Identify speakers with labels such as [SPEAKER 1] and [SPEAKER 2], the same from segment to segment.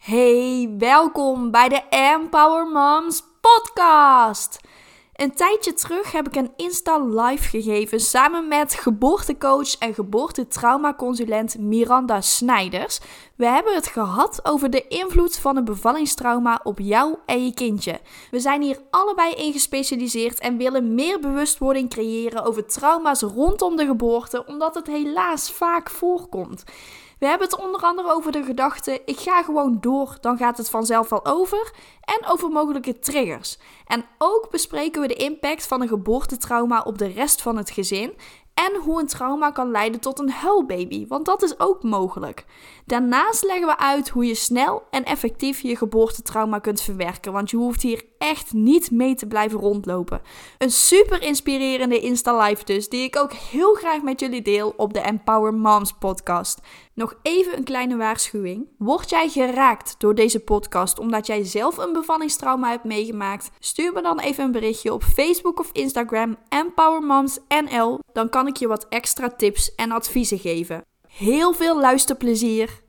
[SPEAKER 1] Hey, welkom bij de Empower Moms podcast. Een tijdje terug heb ik een Insta live gegeven samen met geboortecoach en geboortetraumaconsulent Miranda Snijders. We hebben het gehad over de invloed van een bevallingstrauma op jou en je kindje. We zijn hier allebei in gespecialiseerd en willen meer bewustwording creëren over trauma's rondom de geboorte, omdat het helaas vaak voorkomt. We hebben het onder andere over de gedachte, ik ga gewoon door, dan gaat het vanzelf wel over. En over mogelijke triggers. En ook bespreken we de impact van een geboortetrauma op de rest van het gezin. En hoe een trauma kan leiden tot een huilbaby, want dat is ook mogelijk. Daarnaast leggen we uit hoe je snel en effectief je geboortetrauma kunt verwerken, want je hoeft hier echt niet mee te blijven rondlopen. Een super inspirerende Insta Live dus, die ik ook heel graag met jullie deel op de Empower Moms podcast. Nog even een kleine waarschuwing. Word jij geraakt door deze podcast omdat jij zelf een bevallingstrauma hebt meegemaakt? Stuur me dan even een berichtje op Facebook of Instagram Empower Moms NL. Dan kan ik je wat extra tips en adviezen geven. Heel veel luisterplezier!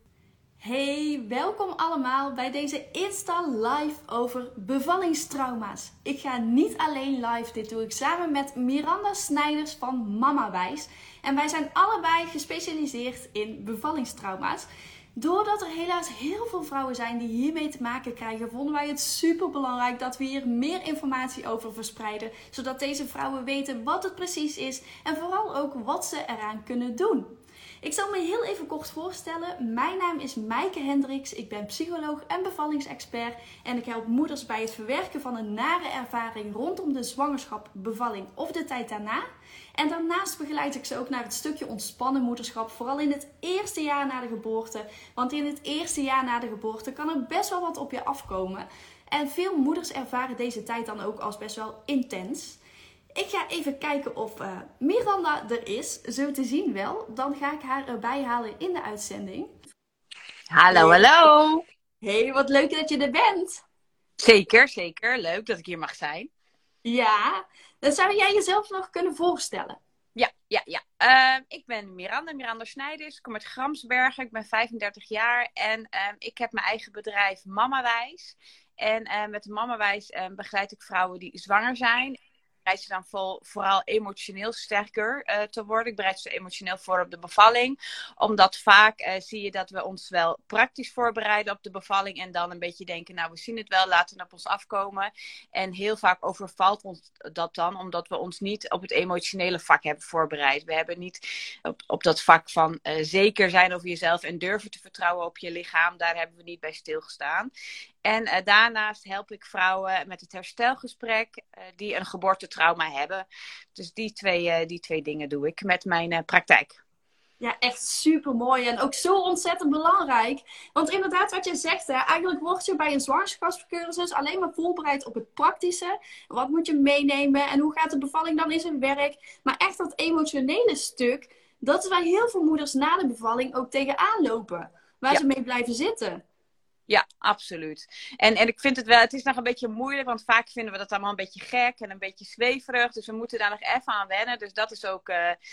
[SPEAKER 1] Hey, welkom allemaal bij deze Insta Live over bevallingstrauma's. Ik ga niet alleen live, dit doe ik samen met Miranda Snijders van Mamawijs. En wij zijn allebei gespecialiseerd in bevallingstrauma's. Doordat er helaas heel veel vrouwen zijn die hiermee te maken krijgen, vonden wij het super belangrijk dat we hier meer informatie over verspreiden. Zodat deze vrouwen weten wat het precies is en vooral ook wat ze eraan kunnen doen. Ik zal me heel even kort voorstellen. Mijn naam is Maaike Hendricks. Ik ben psycholoog en bevallingsexpert. En ik help moeders bij het verwerken van een nare ervaring rondom de zwangerschap, bevalling of de tijd daarna. En daarnaast begeleid ik ze ook naar het stukje ontspannen moederschap. Vooral in het eerste jaar na de geboorte. Want in het eerste jaar na de geboorte kan er best wel wat op je afkomen. En veel moeders ervaren deze tijd dan ook als best wel intens. Ik ga even kijken of Miranda er is. Zo te zien wel. Dan ga ik haar erbij halen in de uitzending.
[SPEAKER 2] Hallo, hallo.
[SPEAKER 1] Hey, wat leuk dat je er bent.
[SPEAKER 2] Zeker, zeker. Leuk dat ik hier mag zijn.
[SPEAKER 1] Ja, dan zou jij jezelf nog kunnen voorstellen.
[SPEAKER 2] Ja. Ik ben Miranda Snijders. Ik kom uit Gramsbergen. Ik ben 35 jaar en ik heb mijn eigen bedrijf Mamawijs. En met Mamawijs begeleid ik vrouwen die zwanger zijn. Ik bereid ze dan vooral emotioneel sterker te worden. Ik bereid ze emotioneel voor op de bevalling. Omdat vaak zie je dat we ons wel praktisch voorbereiden op de bevalling. En dan een beetje denken, nou we zien het wel, laten we op ons afkomen. En heel vaak overvalt ons dat dan, omdat we ons niet op het emotionele vak hebben voorbereid. We hebben niet op dat vak van zeker zijn over jezelf en durven te vertrouwen op je lichaam. Daar hebben we niet bij stilgestaan. En daarnaast help ik vrouwen met het herstelgesprek die een geboortetrauma hebben. Dus die twee dingen doe ik met mijn praktijk.
[SPEAKER 1] Ja, echt super mooi en ook zo ontzettend belangrijk. Want inderdaad, wat je zegt, hè, eigenlijk word je bij een zwangerschapscursus alleen maar voorbereid op het praktische. Wat moet je meenemen en hoe gaat de bevalling dan in zijn werk? Maar echt dat emotionele stuk, dat is waar heel veel moeders na de bevalling ook tegenaan lopen. Waar ze mee blijven zitten.
[SPEAKER 2] Ja, absoluut. En ik vind het is nog een beetje moeilijk, want vaak vinden we dat allemaal een beetje gek en een beetje zweverig. Dus we moeten daar nog even aan wennen. Dus dat is ook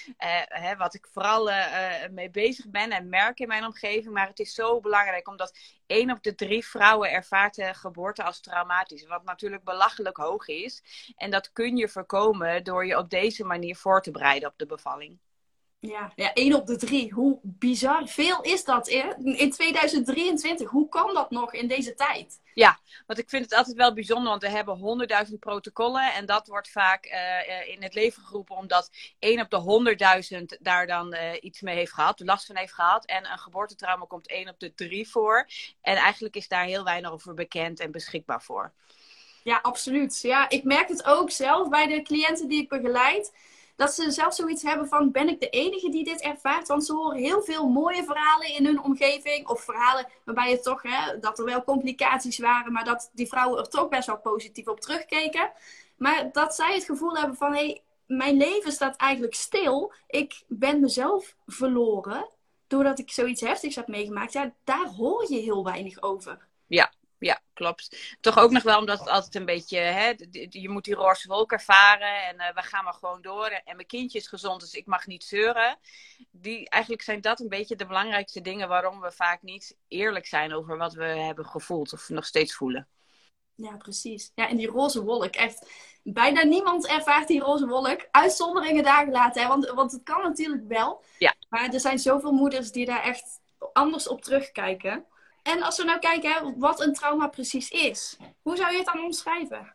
[SPEAKER 2] wat ik vooral mee bezig ben en merk in mijn omgeving. Maar het is zo belangrijk, omdat 1 op de 3 vrouwen ervaart de geboorte als traumatisch. Wat natuurlijk belachelijk hoog is. En dat kun je voorkomen door je op deze manier voor te bereiden op de bevalling.
[SPEAKER 1] Ja, 1 op de 3. Hoe bizar veel is dat in 2023? Hoe kan dat nog in deze tijd?
[SPEAKER 2] Ja, want ik vind het altijd wel bijzonder, want we hebben 100.000 protocollen. En dat wordt vaak in het leven geroepen omdat 1 op de 100.000 daar dan iets mee heeft gehad, last van heeft gehad. En een geboortetrauma komt 1 op de 3 voor. En eigenlijk is daar heel weinig over bekend en beschikbaar voor.
[SPEAKER 1] Ja, absoluut. Ja, ik merk het ook zelf bij de cliënten die ik begeleid. Dat ze zelf zoiets hebben van, ben ik de enige die dit ervaart? Want ze horen heel veel mooie verhalen in hun omgeving. Of verhalen waarbij het toch, dat er wel complicaties waren. Maar dat die vrouwen er toch best wel positief op terugkeken. Maar dat zij het gevoel hebben van, hey, mijn leven staat eigenlijk stil. Ik ben mezelf verloren. Doordat ik zoiets heftigs heb meegemaakt. Ja, daar hoor je heel weinig over.
[SPEAKER 2] Ja. Ja, klopt. Toch ook nog wel omdat het altijd een beetje, hè, je moet die roze wolk ervaren en we gaan maar gewoon door. En mijn kindje is gezond, dus ik mag niet zeuren. Eigenlijk zijn dat een beetje de belangrijkste dingen waarom we vaak niet eerlijk zijn over wat we hebben gevoeld of nog steeds voelen.
[SPEAKER 1] Ja, precies. Ja, en die roze wolk, echt. Bijna niemand ervaart die roze wolk. Uitzonderingen daar gelaten, hè? Want het kan natuurlijk wel.
[SPEAKER 2] Ja.
[SPEAKER 1] Maar er zijn zoveel moeders die daar echt anders op terugkijken. En als we nou kijken, hè, wat een trauma precies is. Hoe zou je het dan omschrijven?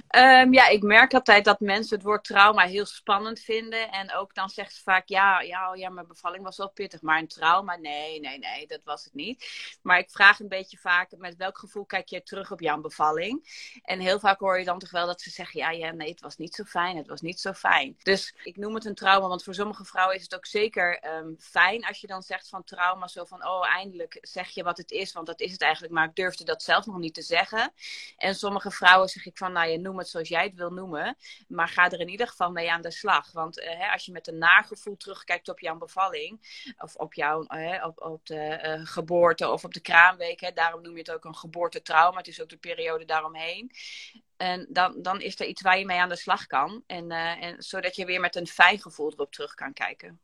[SPEAKER 2] Ja, ik merk altijd dat mensen het woord trauma heel spannend vinden. En ook dan zegt ze vaak, ja, mijn bevalling was wel pittig. Maar een trauma, nee, dat was het niet. Maar ik vraag een beetje vaak, met welk gevoel kijk je terug op jouw bevalling? En heel vaak hoor je dan toch wel dat ze zeggen, nee, het was niet zo fijn, het was niet zo fijn. Dus ik noem het een trauma, want voor sommige vrouwen is het ook zeker fijn als je dan zegt van trauma, zo van, oh, eindelijk zeg je wat het is, want dat is het eigenlijk. Maar ik durfde dat zelf nog niet te zeggen. En sommige vrouwen zeg ik van, nou, je noem het zoals jij het wil noemen. Maar ga er in ieder geval mee aan de slag. Want als je met een nagevoel terugkijkt op jouw bevalling. Of op jouw op de geboorte of op de kraamweek. Daarom noem je het ook een geboortetrauma. Het is ook de periode daaromheen. En dan is er iets waar je mee aan de slag kan. En zodat je weer met een fijn gevoel erop terug kan kijken.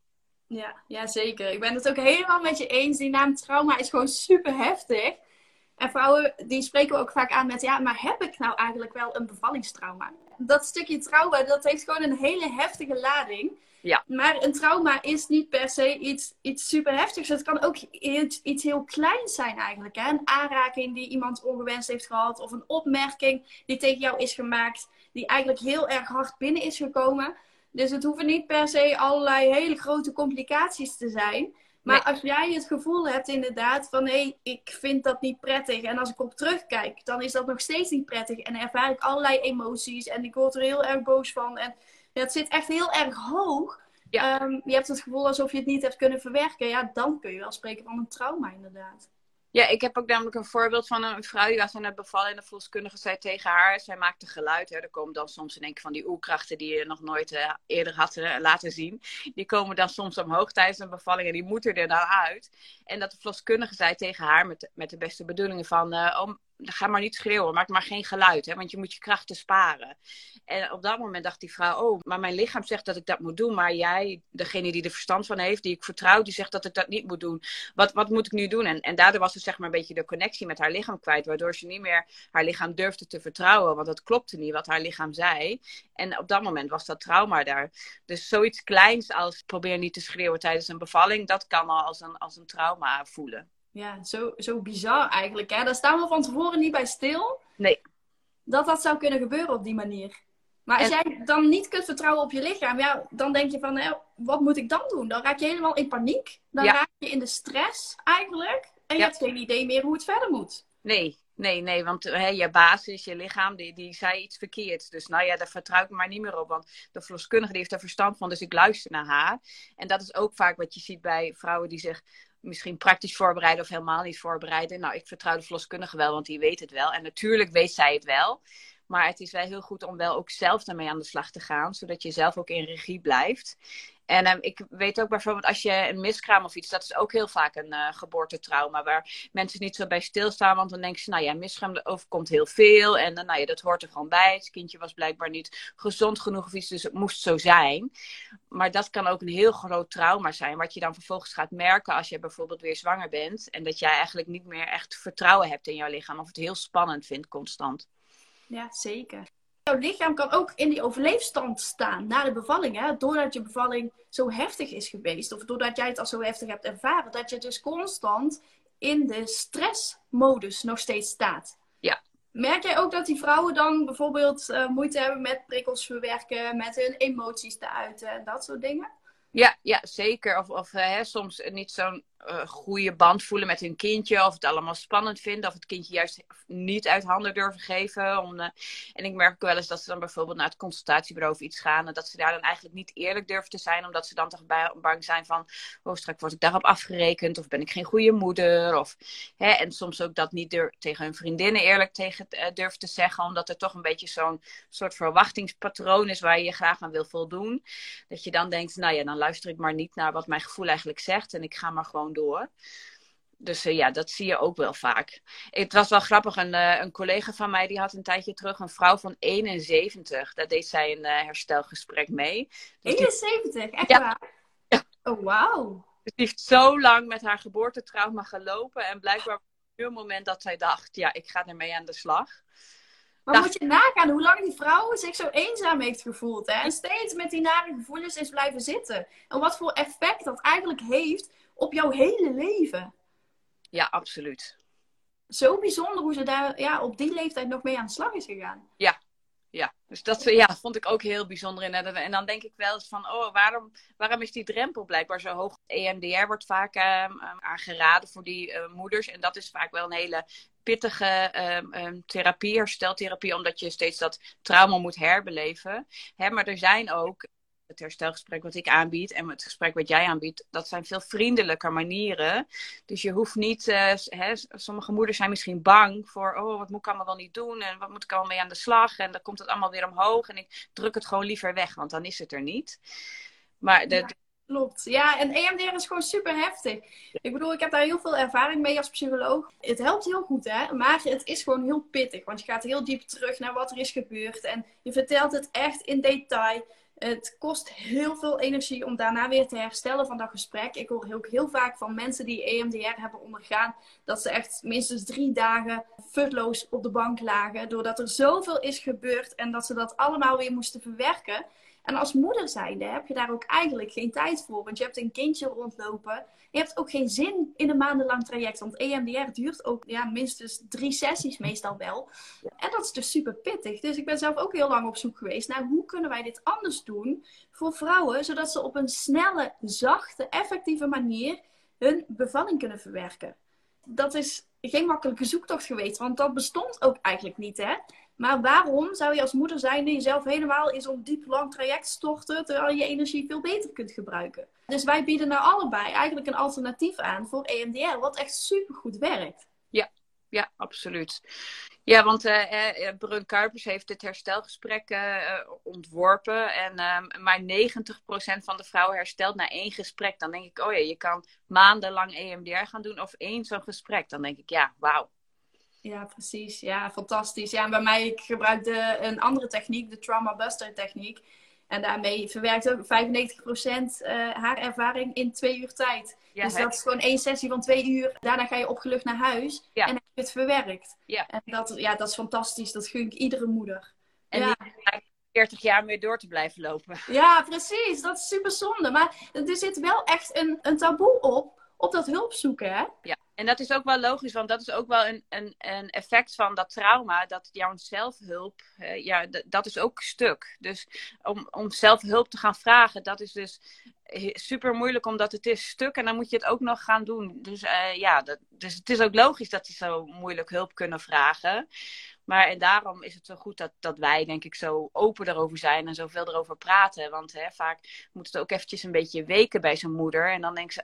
[SPEAKER 1] Ja, zeker. Ik ben het ook helemaal met je eens. Die naam trauma is gewoon super heftig. En vrouwen, die spreken we ook vaak aan met, ja, maar heb ik nou eigenlijk wel een bevallingstrauma? Dat stukje trauma, dat heeft gewoon een hele heftige lading.
[SPEAKER 2] Ja.
[SPEAKER 1] Maar een trauma is niet per se iets super heftigs. Het kan ook iets heel kleins zijn eigenlijk. Hè? Een aanraking die iemand ongewenst heeft gehad. Of een opmerking die tegen jou is gemaakt. Die eigenlijk heel erg hard binnen is gekomen. Dus het hoeven niet per se allerlei hele grote complicaties te zijn. Maar als jij het gevoel hebt inderdaad van, hé, ik vind dat niet prettig. En als ik op terugkijk, dan is dat nog steeds niet prettig. En ervaar ik allerlei emoties. En ik word er heel erg boos van. En het zit echt heel erg hoog.
[SPEAKER 2] Ja.
[SPEAKER 1] Je hebt het gevoel alsof je het niet hebt kunnen verwerken. Ja, dan kun je wel spreken van een trauma inderdaad.
[SPEAKER 2] Ja, ik heb ook namelijk een voorbeeld van een vrouw die was net bevallen en de verloskundige zei tegen haar, zij maakte geluid. Hè. Er komen dan soms in één keer van die oerkrachten die je nog nooit eerder had laten zien. Die komen dan soms omhoog tijdens een bevalling en die moeten er dan uit. En dat de verloskundige zei tegen haar met de beste bedoelingen van, ga maar niet schreeuwen, maak maar geen geluid, hè, want je moet je krachten sparen. En op dat moment dacht die vrouw, oh, maar mijn lichaam zegt dat ik dat moet doen, maar jij, degene die er verstand van heeft, die ik vertrouw, die zegt dat ik dat niet moet doen. Wat moet ik nu doen? En daardoor was ze zeg maar een beetje de connectie met haar lichaam kwijt, waardoor ze niet meer haar lichaam durfde te vertrouwen, want het klopte niet wat haar lichaam zei. En op dat moment was dat trauma daar. Dus zoiets kleins als probeer niet te schreeuwen tijdens een bevalling, dat kan al als een trauma voelen.
[SPEAKER 1] Ja, zo bizar eigenlijk. Hè? Daar staan we van tevoren niet bij stil.
[SPEAKER 2] Nee.
[SPEAKER 1] Dat zou kunnen gebeuren op die manier. Maar als jij dan niet kunt vertrouwen op je lichaam, ja, dan denk je van, wat moet ik dan doen? Dan raak je helemaal in paniek. Dan raak je in de stress eigenlijk. En je hebt geen idee meer hoe het verder moet.
[SPEAKER 2] Nee, want je basis, je lichaam, die zei iets verkeerds. Dus nou ja, daar vertrouw ik me maar niet meer op. Want de verloskundige die heeft er verstand van, dus ik luister naar haar. En dat is ook vaak wat je ziet bij vrouwen die zich misschien praktisch voorbereiden of helemaal niet voorbereiden. Nou, ik vertrouw de verloskundige wel, want die weet het wel. En natuurlijk weet zij het wel. Maar het is wel heel goed om wel ook zelf daarmee aan de slag te gaan. Zodat je zelf ook in regie blijft. En ik weet ook bijvoorbeeld als je een miskraam of iets, dat is ook heel vaak een geboortetrauma. Waar mensen niet zo bij stilstaan. Want dan denken ze, nou ja, miskraam overkomt heel veel. En nou ja, dat hoort er gewoon bij. Het kindje was blijkbaar niet gezond genoeg of iets. Dus het moest zo zijn. Maar dat kan ook een heel groot trauma zijn. Wat je dan vervolgens gaat merken als je bijvoorbeeld weer zwanger bent. En dat jij eigenlijk niet meer echt vertrouwen hebt in jouw lichaam. Of het heel spannend vindt constant.
[SPEAKER 1] Ja, zeker. Jouw lichaam kan ook in die overleefstand staan na de bevalling. Hè? Doordat je bevalling zo heftig is geweest. Of doordat jij het al zo heftig hebt ervaren. Dat je dus constant in de stressmodus nog steeds staat.
[SPEAKER 2] Ja.
[SPEAKER 1] Merk jij ook dat die vrouwen dan bijvoorbeeld moeite hebben met prikkels verwerken. Met hun emoties te uiten en dat soort dingen?
[SPEAKER 2] Ja, zeker. Of soms niet zo'n goede band voelen met hun kindje. Of het allemaal spannend vinden. Of het kindje juist niet uit handen durven geven. En ik merk wel eens dat ze dan bijvoorbeeld naar het consultatiebureau of iets gaan. En dat ze daar dan eigenlijk niet eerlijk durven te zijn. Omdat ze dan toch bang zijn van, oh, straks word ik daarop afgerekend. Of ben ik geen goede moeder. En soms ook dat niet tegen hun vriendinnen eerlijk durven te zeggen. Omdat er toch een beetje zo'n soort verwachtingspatroon is waar je je graag aan wil voldoen. Dat je dan denkt, nou ja, dan luister ik maar niet naar wat mijn gevoel eigenlijk zegt. En ik ga maar gewoon door. Dus ja, dat zie je ook wel vaak. Het was wel grappig, een collega van mij die had een tijdje terug een vrouw van 71. Daar deed zij een herstelgesprek mee. Dus
[SPEAKER 1] 71, echt
[SPEAKER 2] ja,
[SPEAKER 1] waar?
[SPEAKER 2] ja,
[SPEAKER 1] Oh, wauw.
[SPEAKER 2] dus die heeft zo lang met haar geboortetrauma gelopen. En blijkbaar was het een moment dat zij dacht, ja, ik ga ermee aan de slag.
[SPEAKER 1] Maar moet je nagaan hoe lang die vrouw zich zo eenzaam heeft gevoeld. Hè? En steeds met die nare gevoelens is blijven zitten. En wat voor effect dat eigenlijk heeft op jouw hele leven.
[SPEAKER 2] Ja, absoluut.
[SPEAKER 1] Zo bijzonder hoe ze daar op die leeftijd nog mee aan de slag is gegaan.
[SPEAKER 2] Ja, dus dat vond ik ook heel bijzonder. En dan denk ik wel eens van, waarom is die drempel blijkbaar zo hoog? EMDR wordt vaak aangeraden voor die moeders. En dat is vaak wel een hele pittige therapie, hersteltherapie, omdat je steeds dat trauma moet herbeleven. Maar er zijn ook het herstelgesprek wat ik aanbied en het gesprek wat jij aanbiedt, dat zijn veel vriendelijker manieren. Dus je hoeft niet, sommige moeders zijn misschien bang voor, wat moet ik allemaal wel niet doen en wat moet ik allemaal mee aan de slag en dan komt het allemaal weer omhoog en ik druk het gewoon liever weg, want dan is het er niet. Maar
[SPEAKER 1] Klopt. Ja, en EMDR is gewoon super heftig. Ik bedoel, ik heb daar heel veel ervaring mee als psycholoog. Het helpt heel goed, hè. Maar het is gewoon heel pittig. Want je gaat heel diep terug naar wat er is gebeurd. En je vertelt het echt in detail. Het kost heel veel energie om daarna weer te herstellen van dat gesprek. Ik hoor ook heel vaak van mensen die EMDR hebben ondergaan, dat ze echt minstens 3 dagen futloos op de bank lagen. Doordat er zoveel is gebeurd en dat ze dat allemaal weer moesten verwerken. En als moeder zijnde heb je daar ook eigenlijk geen tijd voor. Want je hebt een kindje rondlopen. Je hebt ook geen zin in een maandenlang traject. Want EMDR duurt ook minstens 3 sessies meestal wel. En dat is dus super pittig. Dus ik ben zelf ook heel lang op zoek geweest naar hoe kunnen wij dit anders doen voor vrouwen. Zodat ze op een snelle, zachte, effectieve manier hun bevalling kunnen verwerken. Dat is geen makkelijke zoektocht geweest. Want dat bestond ook eigenlijk niet, hè. Maar waarom zou je als moeder zijnde jezelf helemaal in zo'n diep lang traject storten, terwijl je energie veel beter kunt gebruiken? Dus wij bieden naar allebei eigenlijk een alternatief aan voor EMDR, wat echt supergoed werkt.
[SPEAKER 2] Ja, absoluut. Ja, want Brun Kuipers heeft dit herstelgesprek ontworpen. En maar 90% van de vrouwen herstelt na 1 gesprek. Dan denk ik, je kan maandenlang EMDR gaan doen of 1 zo'n gesprek. Dan denk ik, ja, wauw.
[SPEAKER 1] Ja, precies. Ja, fantastisch. Ja, en bij mij, ik gebruikte een andere techniek, de Trauma Buster techniek. En daarmee verwerkt ook 95% haar ervaring in 2 uur tijd. Ja, dus dat is gewoon 1 sessie van 2 uur. Daarna ga je opgelucht naar huis en heb je het verwerkt. Ja. En dat is fantastisch. Dat gun ik iedere moeder.
[SPEAKER 2] En niet 40 jaar meer door te blijven lopen.
[SPEAKER 1] Ja, precies. Dat is super zonde. Maar er zit wel echt een taboe op dat hulp zoeken, hè?
[SPEAKER 2] Ja. En dat is ook wel logisch, want dat is ook wel een effect van dat trauma, dat jouw zelfhulp, dat is ook stuk. Dus om zelfhulp te gaan vragen, dat is dus super moeilijk, omdat het is stuk en dan moet je het ook nog gaan doen. Dus dus het is ook logisch dat ze zo moeilijk hulp kunnen vragen. Maar en daarom is het zo goed dat wij, denk ik, zo open erover zijn en zoveel erover praten. Want vaak moet het ook eventjes een beetje weken bij zijn moeder. En dan denken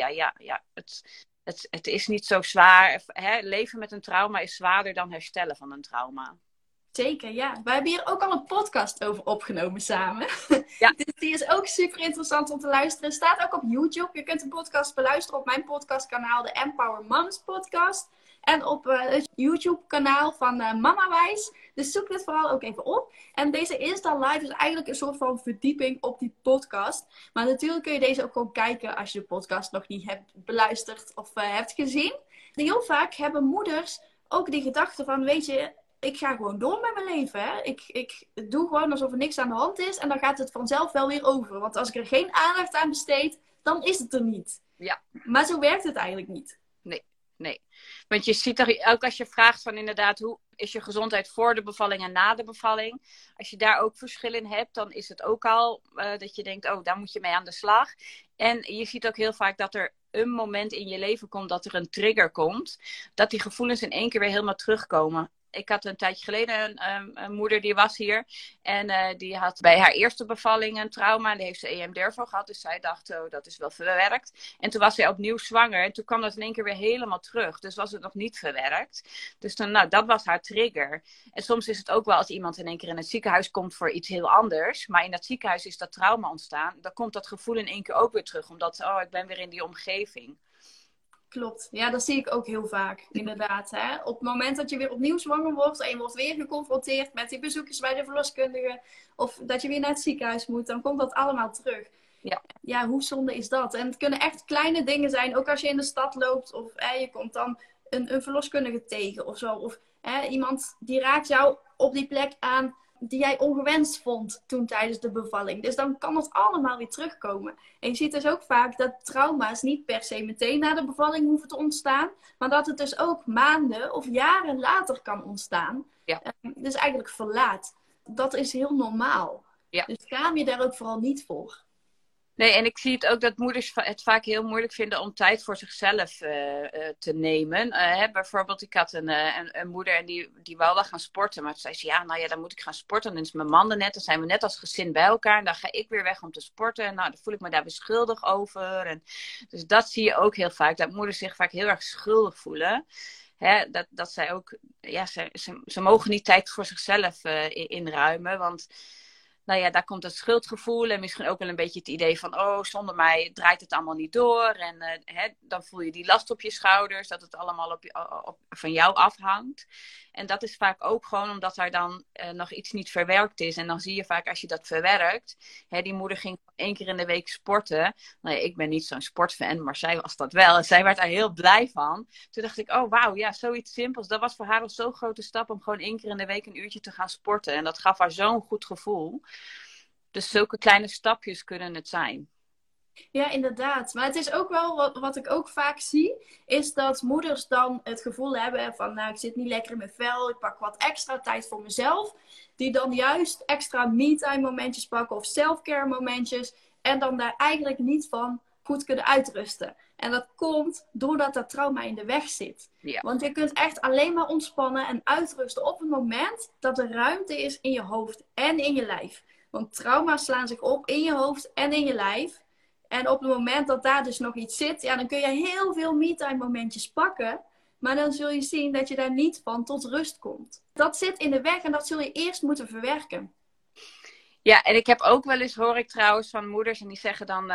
[SPEAKER 2] ze, het is niet zo zwaar. Leven met een trauma is zwaarder dan herstellen van een trauma.
[SPEAKER 1] Zeker, ja. We hebben hier ook al een podcast over opgenomen samen.
[SPEAKER 2] Ja.
[SPEAKER 1] Dus die is ook super interessant om te luisteren. Staat ook op YouTube. Je kunt de podcast beluisteren op mijn podcastkanaal, de Empower Moms podcast. En op het YouTube-kanaal van Mamawijs. Dus zoek dit vooral ook even op. En deze Insta Live is eigenlijk een soort van verdieping op die podcast. Maar natuurlijk kun je deze ook gewoon kijken als je de podcast nog niet hebt beluisterd of hebt gezien. En heel vaak hebben moeders ook die gedachte van, weet je, ik ga gewoon door met mijn leven. Hè? Ik doe gewoon alsof er niks aan de hand is. En dan gaat het vanzelf wel weer over. Want als ik er geen aandacht aan besteed, dan is het er niet.
[SPEAKER 2] Ja.
[SPEAKER 1] Maar zo werkt het eigenlijk niet.
[SPEAKER 2] Nee. Want je ziet er ook als je vraagt van inderdaad, hoe is je gezondheid voor de bevalling en na de bevalling? Als je daar ook verschil in hebt, dan is het ook al dat je denkt, daar moet je mee aan de slag. En je ziet ook heel vaak dat er een moment in je leven komt dat er een trigger komt. Dat die gevoelens in één keer weer helemaal terugkomen. Ik had een tijdje geleden een moeder die was hier. En die had bij haar eerste bevalling een trauma. En daar heeft ze EMDR voor gehad. Dus zij dacht, dat is wel verwerkt. En toen was zij opnieuw zwanger. En toen kwam dat in één keer weer helemaal terug. Dus was het nog niet verwerkt. Dus toen, dat was haar trigger. En soms is het ook wel als iemand in één keer in het ziekenhuis komt voor iets heel anders. Maar in dat ziekenhuis is dat trauma ontstaan. Dan komt dat gevoel in één keer ook weer terug. Omdat, ik ben weer in die omgeving.
[SPEAKER 3] Klopt. Ja, dat zie ik ook heel vaak, inderdaad. Hè? Op het moment dat je weer opnieuw zwanger wordt en je wordt weer geconfronteerd met die bezoekjes bij de verloskundige of dat je weer naar het ziekenhuis moet, dan komt dat allemaal terug.
[SPEAKER 2] Ja.
[SPEAKER 3] Ja, hoe zonde is dat? En het kunnen echt kleine dingen zijn, ook als je in de stad loopt of je komt dan een verloskundige tegen of zo. Of iemand die raakt jou op die plek aan die jij ongewenst vond toen tijdens de bevalling. Dus dan kan dat allemaal weer terugkomen. En je ziet dus ook vaak dat trauma's niet per se meteen na de bevalling hoeven te ontstaan. Maar dat het dus ook maanden of jaren later kan ontstaan.
[SPEAKER 2] Ja.
[SPEAKER 3] Dus eigenlijk verlaat. Dat is heel normaal.
[SPEAKER 2] Ja.
[SPEAKER 3] Dus schaam je daar ook vooral niet voor.
[SPEAKER 2] Nee, en ik zie het ook dat moeders het vaak heel moeilijk vinden om tijd voor zichzelf te nemen. Bijvoorbeeld, ik had een moeder en die wou wel gaan sporten. Maar toen zei ze, ja, nou ja, dan moet ik gaan sporten. Dan is mijn man er net, dan zijn we net als gezin bij elkaar. En dan ga ik weer weg om te sporten. En nou, dan voel ik me daar weer schuldig over. En dus dat zie je ook heel vaak, dat moeders zich vaak heel erg schuldig voelen. Dat zij ook, ja, ze mogen niet tijd voor zichzelf inruimen, want... Nou ja, daar komt het schuldgevoel en misschien ook wel een beetje het idee van... oh, zonder mij draait het allemaal niet door. En dan voel je die last op je schouders, dat het allemaal van jou afhangt. En dat is vaak ook gewoon omdat daar dan nog iets niet verwerkt is. En dan zie je vaak als je dat verwerkt... die moeder ging 1 keer in de week sporten. Nou ja, ik ben niet zo'n sportfan, maar zij was dat wel. En zij werd daar heel blij van. Toen dacht ik, oh wauw, ja, zoiets simpels. Dat was voor haar al zo'n grote stap om gewoon 1 keer in de week een uurtje te gaan sporten. En dat gaf haar zo'n goed gevoel. Dus zulke kleine stapjes kunnen het zijn.
[SPEAKER 3] Ja, inderdaad. Maar het is ook wel, wat ik ook vaak zie, is dat moeders dan het gevoel hebben van, nou, ik zit niet lekker in mijn vel, ik pak wat extra tijd voor mezelf. Die dan juist extra me-time momentjes pakken of self-care momentjes. En dan daar eigenlijk niet van goed kunnen uitrusten. En dat komt doordat dat trauma in de weg zit.
[SPEAKER 2] Ja.
[SPEAKER 3] Want je kunt echt alleen maar ontspannen en uitrusten op het moment dat er ruimte is in je hoofd en in je lijf. Want trauma's slaan zich op in je hoofd en in je lijf. En op het moment dat daar dus nog iets zit, ja, dan kun je heel veel me-time momentjes pakken. Maar dan zul je zien dat je daar niet van tot rust komt. Dat zit in de weg en dat zul je eerst moeten verwerken.
[SPEAKER 2] Ja, en ik heb ook wel eens, hoor ik trouwens van moeders, en die zeggen dan,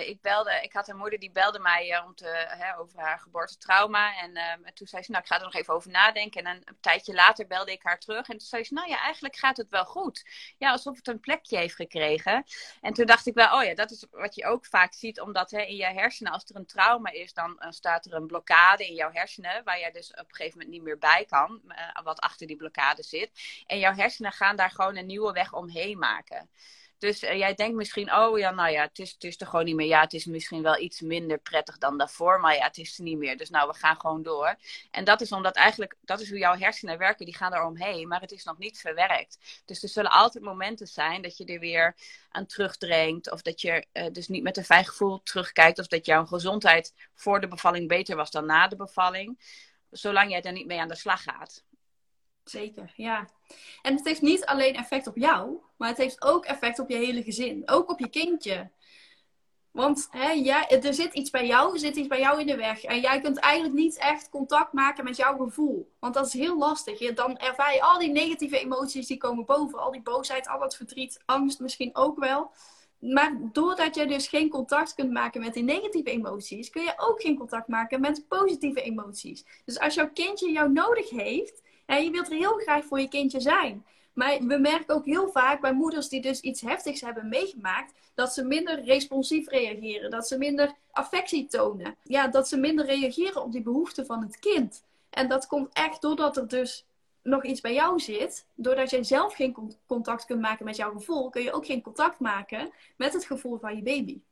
[SPEAKER 2] ik had een moeder die belde mij over haar geboortetrauma. En toen zei ze, nou, ik ga er nog even over nadenken. En een tijdje later belde ik haar terug. En toen zei ze, nou ja, eigenlijk gaat het wel goed. Ja, alsof het een plekje heeft gekregen. En toen dacht ik wel, oh ja, dat is wat je ook vaak ziet. Omdat in je hersenen, als er een trauma is, dan staat er een blokkade in jouw hersenen. Waar jij dus op een gegeven moment niet meer bij kan. Wat achter die blokkade zit. En jouw hersenen gaan daar gewoon een nieuwe weg omheen maken. Dus jij denkt misschien, oh ja, nou ja, het is er gewoon niet meer. Ja, het is misschien wel iets minder prettig dan daarvoor, maar ja, het is er niet meer. Dus nou, we gaan gewoon door. En dat is omdat eigenlijk, dat is hoe jouw hersenen werken, die gaan er omheen, maar het is nog niet verwerkt. Dus er zullen altijd momenten zijn dat je er weer aan terugdringt, of dat je dus niet met een fijn gevoel terugkijkt, of dat jouw gezondheid voor de bevalling beter was dan na de bevalling, zolang jij er niet mee aan de slag gaat.
[SPEAKER 3] Zeker, ja. En het heeft niet alleen effect op jou, maar het heeft ook effect op je hele gezin. Ook op je kindje. Want er zit iets bij jou, in de weg. En jij kunt eigenlijk niet echt contact maken met jouw gevoel. Want dat is heel lastig. Dan ervaar je al die negatieve emoties die komen boven. Al die boosheid, al dat verdriet, angst misschien ook wel. Maar doordat je dus geen contact kunt maken met die negatieve emoties, kun je ook geen contact maken met positieve emoties. Dus als jouw kindje jou nodig heeft, en je wilt er heel graag voor je kindje zijn. Maar we merken ook heel vaak bij moeders die dus iets heftigs hebben meegemaakt, dat ze minder responsief reageren. Dat ze minder affectie tonen. Ja, dat ze minder reageren op die behoeften van het kind. En dat komt echt doordat er dus nog iets bij jou zit. Doordat jij zelf geen contact kunt maken met jouw gevoel, kun je ook geen contact maken met het gevoel van je baby.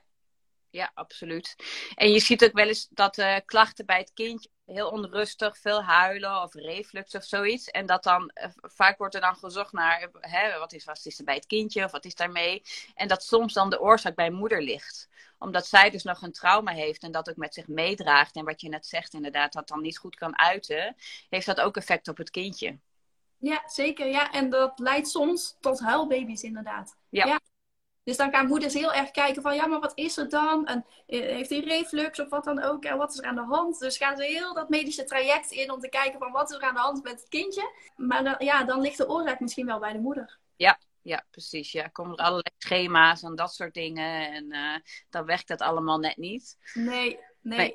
[SPEAKER 2] Ja, absoluut. En je ziet ook wel eens dat klachten bij het kindje heel onrustig, veel huilen of reflux of zoiets. En dat dan, vaak wordt er dan gezocht naar, wat is er bij het kindje of wat is daarmee? En dat soms dan de oorzaak bij moeder ligt. Omdat zij dus nog een trauma heeft en dat ook met zich meedraagt. En wat je net zegt inderdaad, dat dan niet goed kan uiten, heeft dat ook effect op het kindje.
[SPEAKER 3] Ja, zeker. Ja. En dat leidt soms tot huilbaby's inderdaad.
[SPEAKER 2] Ja.
[SPEAKER 3] Dus dan gaan moeders heel erg kijken van, ja, maar wat is er dan? En heeft hij reflux of wat dan ook? En wat is er aan de hand? Dus gaan ze heel dat medische traject in om te kijken van, wat is er aan de hand met het kindje? Maar dan ligt de oorzaak misschien wel bij de moeder.
[SPEAKER 2] Ja, precies. Ja, er komen er allerlei schema's en dat soort dingen. En dan werkt dat allemaal net niet.
[SPEAKER 3] Nee.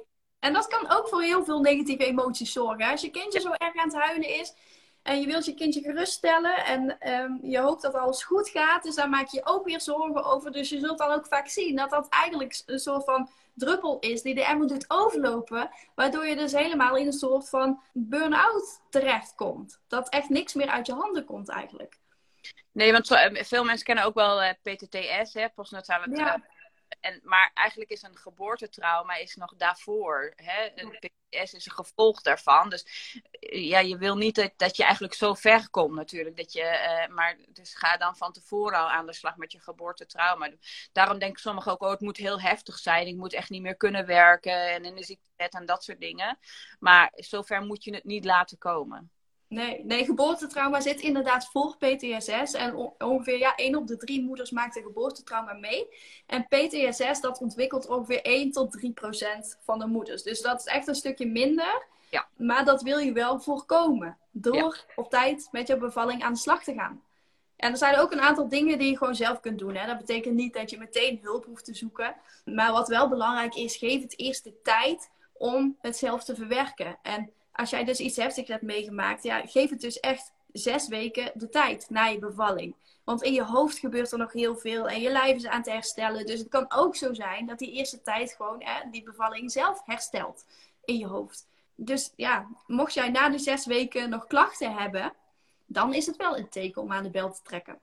[SPEAKER 3] En dat kan ook voor heel veel negatieve emoties zorgen. Als je kindje zo erg aan het huilen is en je wilt je kindje geruststellen en je hoopt dat alles goed gaat, dus daar maak je ook weer zorgen over. Dus je zult dan ook vaak zien dat dat eigenlijk een soort van druppel is die de emmer doet overlopen, waardoor je dus helemaal in een soort van burn-out terechtkomt. Dat echt niks meer uit je handen komt eigenlijk.
[SPEAKER 2] Nee, want veel mensen kennen ook wel PTTS, hè, postnatale trauma. Maar eigenlijk is een geboortetrauma is nog daarvoor. Hè? Een PTSS is een gevolg daarvan. Dus ja, je wil niet dat je eigenlijk zo ver komt natuurlijk. Maar dus ga dan van tevoren al aan de slag met je geboortetrauma. Daarom denken sommigen ook, het moet heel heftig zijn. Ik moet echt niet meer kunnen werken en in de ziektewet en dat soort dingen. Maar zover moet je het niet laten komen.
[SPEAKER 3] Nee, geboortetrauma zit inderdaad voor PTSS. En ongeveer 1 op de 3 moeders maakt een geboortetrauma mee. En PTSS, dat ontwikkelt ongeveer 1 tot 3% van de moeders. Dus dat is echt een stukje minder.
[SPEAKER 2] Ja.
[SPEAKER 3] Maar dat wil je wel voorkomen. Door op tijd met je bevalling aan de slag te gaan. En er zijn ook een aantal dingen die je gewoon zelf kunt doen. Hè? Dat betekent niet dat je meteen hulp hoeft te zoeken. Maar wat wel belangrijk is, geef het eerst de tijd om het zelf te verwerken. En als jij dus iets heftigs hebt meegemaakt, geef het dus echt 6 weken de tijd na je bevalling. Want in je hoofd gebeurt er nog heel veel en je lijf is aan het herstellen. Dus het kan ook zo zijn dat die eerste tijd gewoon die bevalling zelf herstelt in je hoofd. Dus mocht jij na de 6 weken nog klachten hebben, dan is het wel een teken om aan de bel te trekken.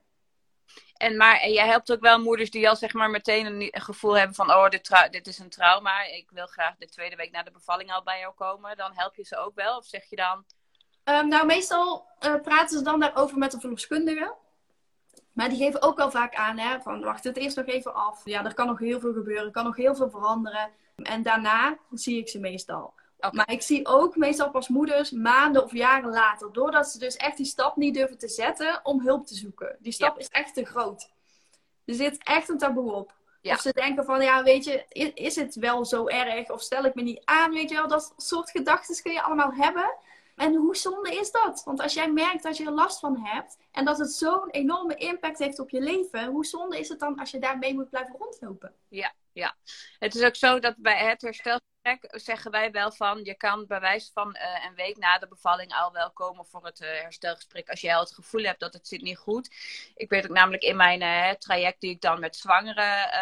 [SPEAKER 2] Maar jij helpt ook wel moeders die al zeg maar meteen een gevoel hebben van dit is een trauma. Ik wil graag de 2e week na de bevalling al bij jou komen. Dan help je ze ook wel? Of zeg je dan...
[SPEAKER 3] Meestal praten ze dan daarover met de verloskundige. Maar die geven ook wel vaak aan, van wacht het eerst nog even af. Ja, er kan nog heel veel gebeuren, er kan nog heel veel veranderen. En daarna zie ik ze meestal. Okay. Maar ik zie ook meestal pas moeders maanden of jaren later. Doordat ze dus echt die stap niet durven te zetten om hulp te zoeken. Die stap is echt te groot. Er zit echt een taboe op. Ja. Of ze denken van, weet je, is het wel zo erg? Of stel ik me niet aan, weet je wel. Dat soort gedachten kun je allemaal hebben. En hoe zonde is dat? Want als jij merkt dat je er last van hebt en dat het zo'n enorme impact heeft op je leven, hoe zonde is het dan als je daarmee moet blijven rondlopen?
[SPEAKER 2] Ja. Het is ook zo dat bij het herstelgesprek zeggen wij wel van, je kan bij wijze van een week na de bevalling al wel komen voor het herstelgesprek als jij al het gevoel hebt dat het zit niet goed. Ik weet ook namelijk in mijn traject die ik dan met zwangeren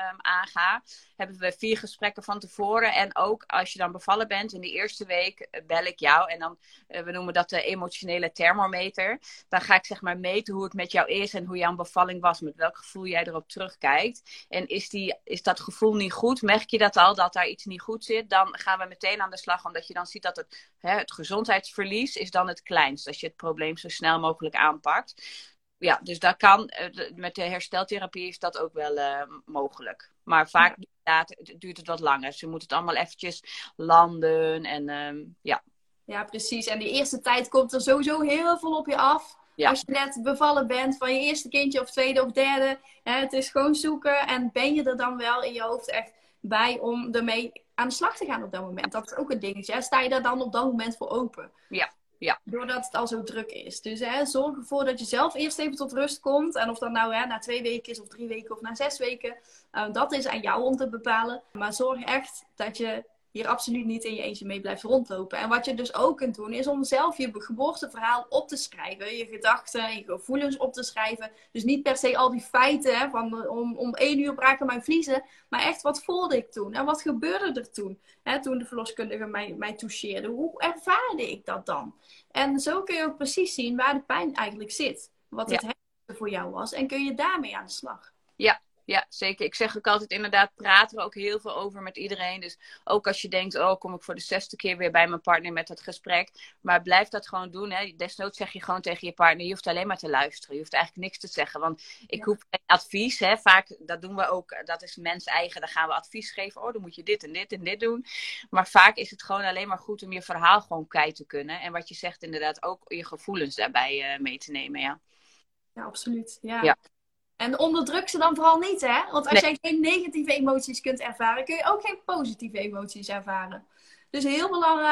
[SPEAKER 2] aanga, hebben we 4 gesprekken van tevoren. En ook als je dan bevallen bent in de eerste week bel ik jou en dan, we noemen dat de emotionele thermometer. Dan ga ik zeg maar meten hoe het met jou is en hoe jouw bevalling was, met welk gevoel jij erop terugkijkt. En is dat gevoel niet goed, merk je dat al, dat daar iets niet goed zit, dan gaan we meteen aan de slag, omdat je dan ziet dat het gezondheidsverlies is dan het kleinst, als je het probleem zo snel mogelijk aanpakt. Ja, dus dat kan, met de hersteltherapie is dat ook wel mogelijk. Maar vaak duurt het wat langer. Ze moeten het allemaal eventjes landen en
[SPEAKER 3] Ja, precies. En die eerste tijd komt er sowieso heel veel op je af. Ja. Als je net bevallen bent van je eerste kindje of tweede of derde. Het is gewoon zoeken. En ben je er dan wel in je hoofd echt bij om ermee aan de slag te gaan op dat moment? Dat is ook een dingetje. Sta je daar dan op dat moment voor open?
[SPEAKER 2] Ja.
[SPEAKER 3] Doordat het al zo druk is. Dus zorg ervoor dat je zelf eerst even tot rust komt. En of dat nou na 2 weken is of 3 weken of na 6 weken. Dat is aan jou om te bepalen. Maar zorg echt dat je hier absoluut niet in je eentje mee blijft rondlopen. En wat je dus ook kunt doen, is om zelf je geboorteverhaal op te schrijven. Je gedachten, je gevoelens op te schrijven. Dus niet per se al die feiten, van om 1 uur braken mijn vliezen. Maar echt, wat voelde ik toen? En wat gebeurde er toen? Toen de verloskundige mij toucheerde. Hoe ervaarde ik dat dan? En zo kun je ook precies zien waar de pijn eigenlijk zit. Wat het voor jou was. En kun je daarmee aan de slag.
[SPEAKER 2] Ja, zeker. Ik zeg ook altijd inderdaad, praat er ook heel veel over met iedereen. Dus ook als je denkt, kom ik voor de 6e keer weer bij mijn partner met het gesprek. Maar blijf dat gewoon doen. Hè. Desnoods zeg je gewoon tegen je partner, je hoeft alleen maar te luisteren. Je hoeft eigenlijk niks te zeggen. Want ik hoef geen advies. Hè. Vaak, dat doen we ook, dat is mens eigen. Dan gaan we advies geven. Dan moet je dit en dit en dit doen. Maar vaak is het gewoon alleen maar goed om je verhaal gewoon kwijt te kunnen. En wat je zegt inderdaad, ook je gevoelens daarbij mee te nemen. Ja,
[SPEAKER 3] absoluut. Ja. En onderdruk ze dan vooral niet, hè? Want als jij geen negatieve emoties kunt ervaren, kun je ook geen positieve emoties ervaren. Dus heel belangrijk,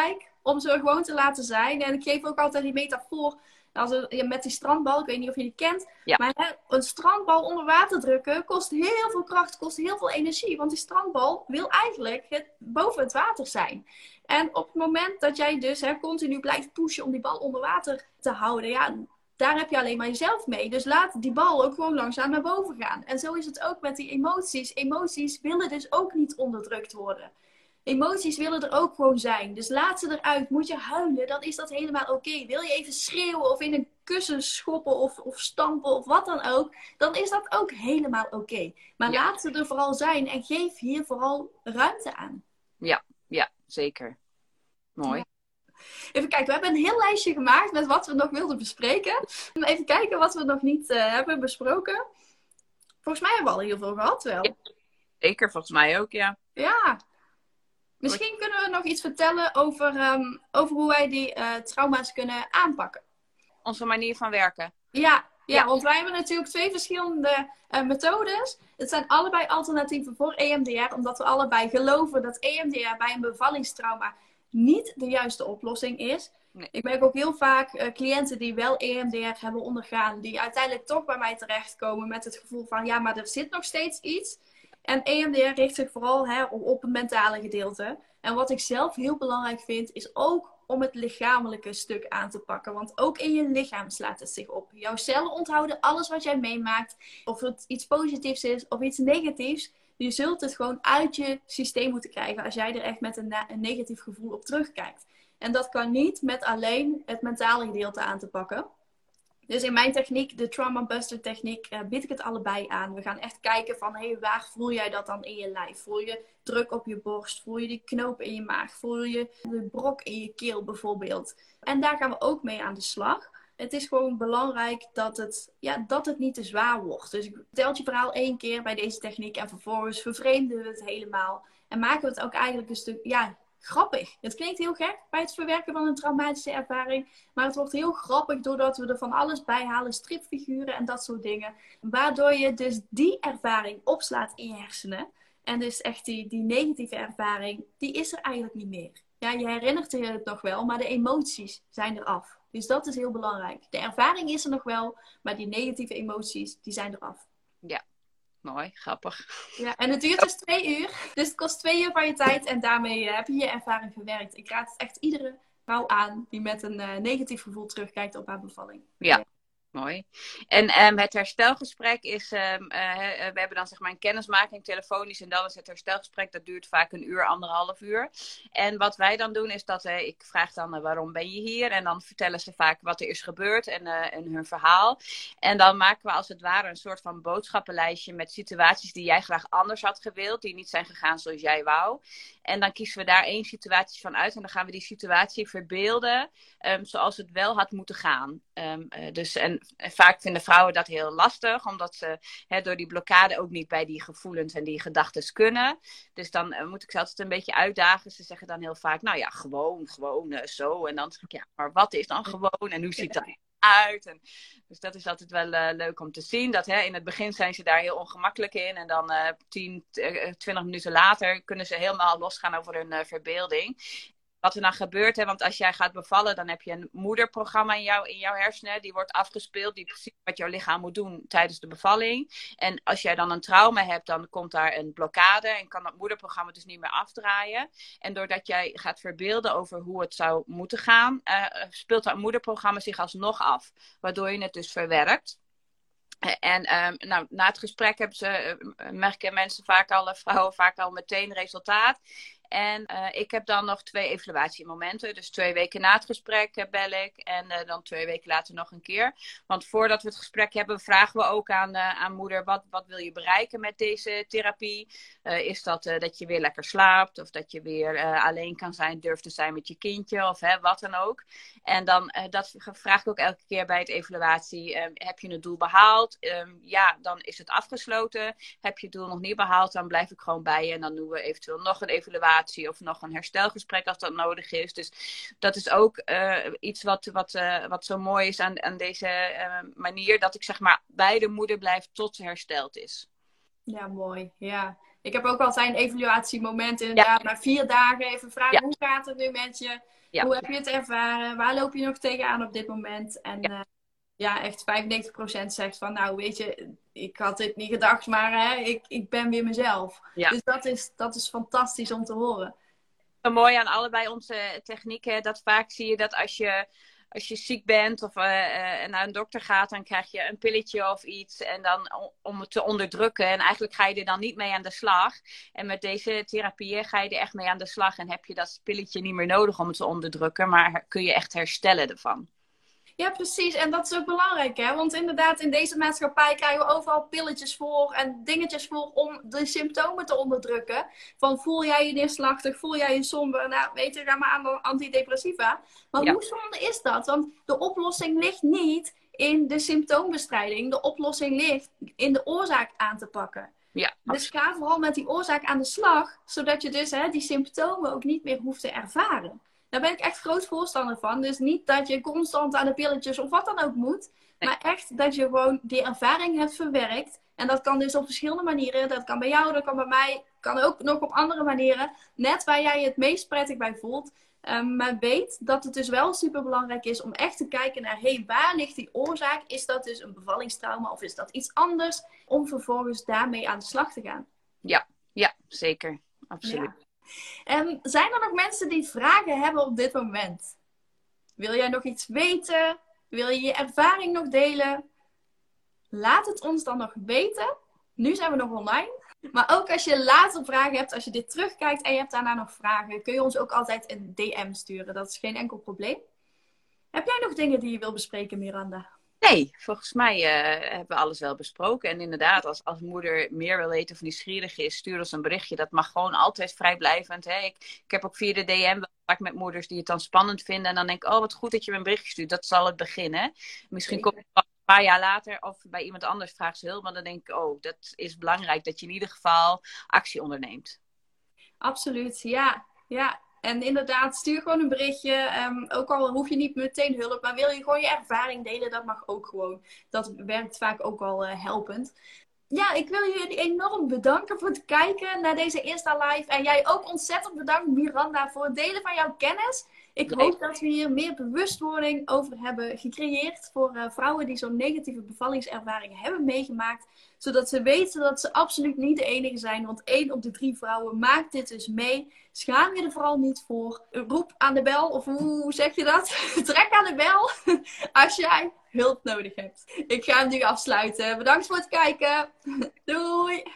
[SPEAKER 3] om ze gewoon te laten zijn. En ik geef ook altijd die metafoor met die strandbal. Ik weet niet of je die kent.
[SPEAKER 2] Ja.
[SPEAKER 3] Maar een strandbal onder water drukken kost heel veel kracht, kost heel veel energie. Want die strandbal wil eigenlijk boven het water zijn. En op het moment dat jij dus continu blijft pushen om die bal onder water te houden, ja, daar heb je alleen maar jezelf mee. Dus laat die bal ook gewoon langzaam naar boven gaan. En zo is het ook met die emoties. Emoties willen dus ook niet onderdrukt worden. Emoties willen er ook gewoon zijn. Dus laat ze eruit. Moet je huilen, dan is dat helemaal oké. Wil je even schreeuwen of in een kussen schoppen of stampen of wat dan ook, dan is dat ook helemaal oké. Maar laat ze er vooral zijn en geef hier vooral ruimte aan.
[SPEAKER 2] Ja, zeker. Mooi.
[SPEAKER 3] Ja. Even kijken, we hebben een heel lijstje gemaakt met wat we nog wilden bespreken. Even kijken wat we nog niet hebben besproken. Volgens mij hebben we al heel veel gehad wel.
[SPEAKER 2] Ja, zeker, volgens mij ook, ja.
[SPEAKER 3] Ja. Misschien kunnen we nog iets vertellen over hoe wij die trauma's kunnen aanpakken.
[SPEAKER 2] Onze manier van werken.
[SPEAKER 3] Ja, want wij hebben natuurlijk 2 verschillende methodes. Het zijn allebei alternatieven voor EMDR, omdat we allebei geloven dat EMDR bij een bevallingstrauma niet de juiste oplossing is. Nee. Ik merk ook heel vaak cliënten die wel EMDR hebben ondergaan, die uiteindelijk toch bij mij terechtkomen met het gevoel van, ja, maar er zit nog steeds iets. En EMDR richt zich vooral op het mentale gedeelte. En wat ik zelf heel belangrijk vind, is ook om het lichamelijke stuk aan te pakken. Want ook in je lichaam slaat het zich op. Jouw cellen onthouden alles wat jij meemaakt. Of het iets positiefs is of iets negatiefs. Je zult het gewoon uit je systeem moeten krijgen als jij er echt met een negatief gevoel op terugkijkt. En dat kan niet met alleen het mentale gedeelte aan te pakken. Dus in mijn techniek, de Trauma Buster techniek, bied ik het allebei aan. We gaan echt kijken van, waar voel jij dat dan in je lijf? Voel je druk op je borst? Voel je die knoop in je maag? Voel je de brok in je keel bijvoorbeeld? En daar gaan we ook mee aan de slag. Het is gewoon belangrijk dat het niet te zwaar wordt. Dus ik vertel je verhaal 1 keer bij deze techniek en vervolgens vervreemden we het helemaal. En maken we het ook eigenlijk een stuk, grappig. Het klinkt heel gek bij het verwerken van een traumatische ervaring. Maar het wordt heel grappig doordat we er van alles bij halen. Stripfiguren en dat soort dingen. Waardoor je dus die ervaring opslaat in je hersenen. En dus echt die negatieve ervaring, die is er eigenlijk niet meer. Ja, je herinnert je het nog wel, maar de emoties zijn eraf. Dus dat is heel belangrijk. De ervaring is er nog wel, maar die negatieve emoties, die zijn eraf.
[SPEAKER 2] Ja. Mooi, grappig.
[SPEAKER 3] Ja, en het duurt dus 2 uur. Dus het kost 2 uur van je tijd. En daarmee heb je je ervaring verwerkt. Ik raad het echt iedere vrouw aan die met een negatief gevoel terugkijkt op haar bevalling.
[SPEAKER 2] Ja. Mooi. En het herstelgesprek is, we hebben dan zeg maar een kennismaking telefonisch en dan is het herstelgesprek, dat duurt vaak 1 uur, 1,5 uur. En wat wij dan doen is dat, ik vraag dan waarom ben je hier? En dan vertellen ze vaak wat er is gebeurd en hun verhaal. En dan maken we als het ware een soort van boodschappenlijstje met situaties die jij graag anders had gewild, die niet zijn gegaan zoals jij wou. En dan kiezen we daar 1 situatie van uit en dan gaan we die situatie verbeelden zoals het wel had moeten gaan. En vaak vinden vrouwen dat heel lastig, omdat ze door die blokkade ook niet bij die gevoelens en die gedachten kunnen. Dus dan moet ik ze altijd een beetje uitdagen. Ze zeggen dan heel vaak, nou ja, gewoon zo. En dan zeg ik, ja, maar wat is dan gewoon en hoe ziet dat uit? Dus dat is altijd wel leuk om te zien. Dat, in het begin zijn ze daar heel ongemakkelijk in. En dan 20 minuten later kunnen ze helemaal losgaan over hun verbeelding. Wat er dan gebeurt, want als jij gaat bevallen, dan heb je een moederprogramma in jouw hersenen. Die wordt afgespeeld, die precies wat jouw lichaam moet doen tijdens de bevalling. En als jij dan een trauma hebt, dan komt daar een blokkade en kan dat moederprogramma dus niet meer afdraaien. En doordat jij gaat verbeelden over hoe het zou moeten gaan, speelt dat moederprogramma zich alsnog af. Waardoor je het dus verwerkt. En na het gesprek merken mensen vrouwen vaak al meteen resultaat. En ik heb dan nog 2 evaluatiemomenten. Dus 2 weken na het gesprek bel ik. En dan 2 weken later nog een keer. Want voordat we het gesprek hebben, vragen we ook aan moeder, wat wil je bereiken met deze therapie? Is dat dat je weer lekker slaapt? Of dat je weer alleen kan zijn, durft te zijn met je kindje? Of wat dan ook. En dan dat vraag ik ook elke keer bij het evaluatie. Heb je het doel behaald? Ja, dan is het afgesloten. Heb je het doel nog niet behaald, dan blijf ik gewoon bij je. En dan doen we eventueel nog een evaluatie of nog een herstelgesprek als dat nodig is. Dus dat is ook iets wat zo mooi is aan deze manier. Dat ik zeg maar bij de moeder blijf tot ze hersteld is.
[SPEAKER 3] Ja, mooi. Ja. Ik heb ook altijd een evaluatiemoment inderdaad. Na 4 dagen even vragen, hoe gaat het nu met je?
[SPEAKER 2] Ja.
[SPEAKER 3] Hoe heb je het ervaren? Waar loop je nog tegenaan op dit moment? En echt 95% zegt van, nou weet je, ik had dit niet gedacht, maar ik ben weer mezelf.
[SPEAKER 2] Ja.
[SPEAKER 3] Dus dat is fantastisch om te horen.
[SPEAKER 2] Zo mooi aan allebei onze technieken, dat vaak zie je dat als je ziek bent of naar een dokter gaat, dan krijg je een pilletje of iets en dan om het te onderdrukken. En eigenlijk ga je er dan niet mee aan de slag. En met deze therapieën ga je er echt mee aan de slag en heb je dat pilletje niet meer nodig om het te onderdrukken, maar kun je echt herstellen ervan.
[SPEAKER 3] Ja, precies. En dat is ook belangrijk, hè? Want inderdaad, in deze maatschappij krijgen we overal pilletjes voor en dingetjes voor om de symptomen te onderdrukken. Van voel jij je neerslachtig, voel jij je somber? Nou, weet je, ga maar aan de antidepressiva. Maar hoe zonde is dat? Want de oplossing ligt niet in de symptoombestrijding. De oplossing ligt in de oorzaak aan te pakken.
[SPEAKER 2] Ja,
[SPEAKER 3] dus ga vooral met die oorzaak aan de slag, zodat je dus die symptomen ook niet meer hoeft te ervaren. Daar ben ik echt groot voorstander van. Dus niet dat je constant aan de pilletjes of wat dan ook moet. Nee. Maar echt dat je gewoon die ervaring hebt verwerkt. En dat kan dus op verschillende manieren. Dat kan bij jou, dat kan bij mij. Kan ook nog op andere manieren. Net waar jij je het meest prettig bij voelt. Maar weet dat het dus wel super belangrijk is om echt te kijken naar... waar ligt die oorzaak? Is dat dus een bevallingstrauma of is dat iets anders? Om vervolgens daarmee aan de slag te gaan.
[SPEAKER 2] Ja, zeker. Absoluut. Ja.
[SPEAKER 3] Zijn er nog mensen die vragen hebben op dit moment? Wil jij nog iets weten? Wil je je ervaring nog delen? Laat het ons dan nog weten. Nu zijn we nog online. Maar ook als je later vragen hebt, als je dit terugkijkt en je hebt daarna nog vragen, kun je ons ook altijd een DM sturen. Dat is geen enkel probleem. Heb jij nog dingen die je wil bespreken, Miranda?
[SPEAKER 2] Nee, volgens mij hebben we alles wel besproken. En inderdaad, als moeder meer wil weten of nieuwsgierig is, stuur ons een berichtje. Dat mag gewoon altijd vrijblijvend. Hè? Ik heb ook via de DM wel vaak met moeders die het dan spannend vinden. En dan denk ik, oh wat goed dat je me een berichtje stuurt. Dat zal het beginnen. Misschien komt het een paar jaar later of bij iemand anders vraagt ze hulp. Maar dan denk ik, oh, dat is belangrijk dat je in ieder geval actie onderneemt.
[SPEAKER 3] Absoluut, ja. En inderdaad, stuur gewoon een berichtje. Ook al hoef je niet meteen hulp, maar wil je gewoon je ervaring delen, dat mag ook gewoon. Dat werkt vaak ook al helpend. Ja, ik wil jullie enorm bedanken voor het kijken naar deze Insta Live. En jij ook ontzettend bedankt, Miranda, voor het delen van jouw kennis. Ik hoop dat we hier meer bewustwording over hebben gecreëerd voor vrouwen die zo'n negatieve bevallingservaring hebben meegemaakt. Zodat ze weten dat ze absoluut niet de enige zijn. Want 1 op de 3 vrouwen maakt dit dus mee. Schaam je er vooral niet voor. Roep aan de bel, of hoe zeg je dat? Trek aan de bel als jij hulp nodig hebt. Ik ga hem nu afsluiten. Bedankt voor het kijken. Doei!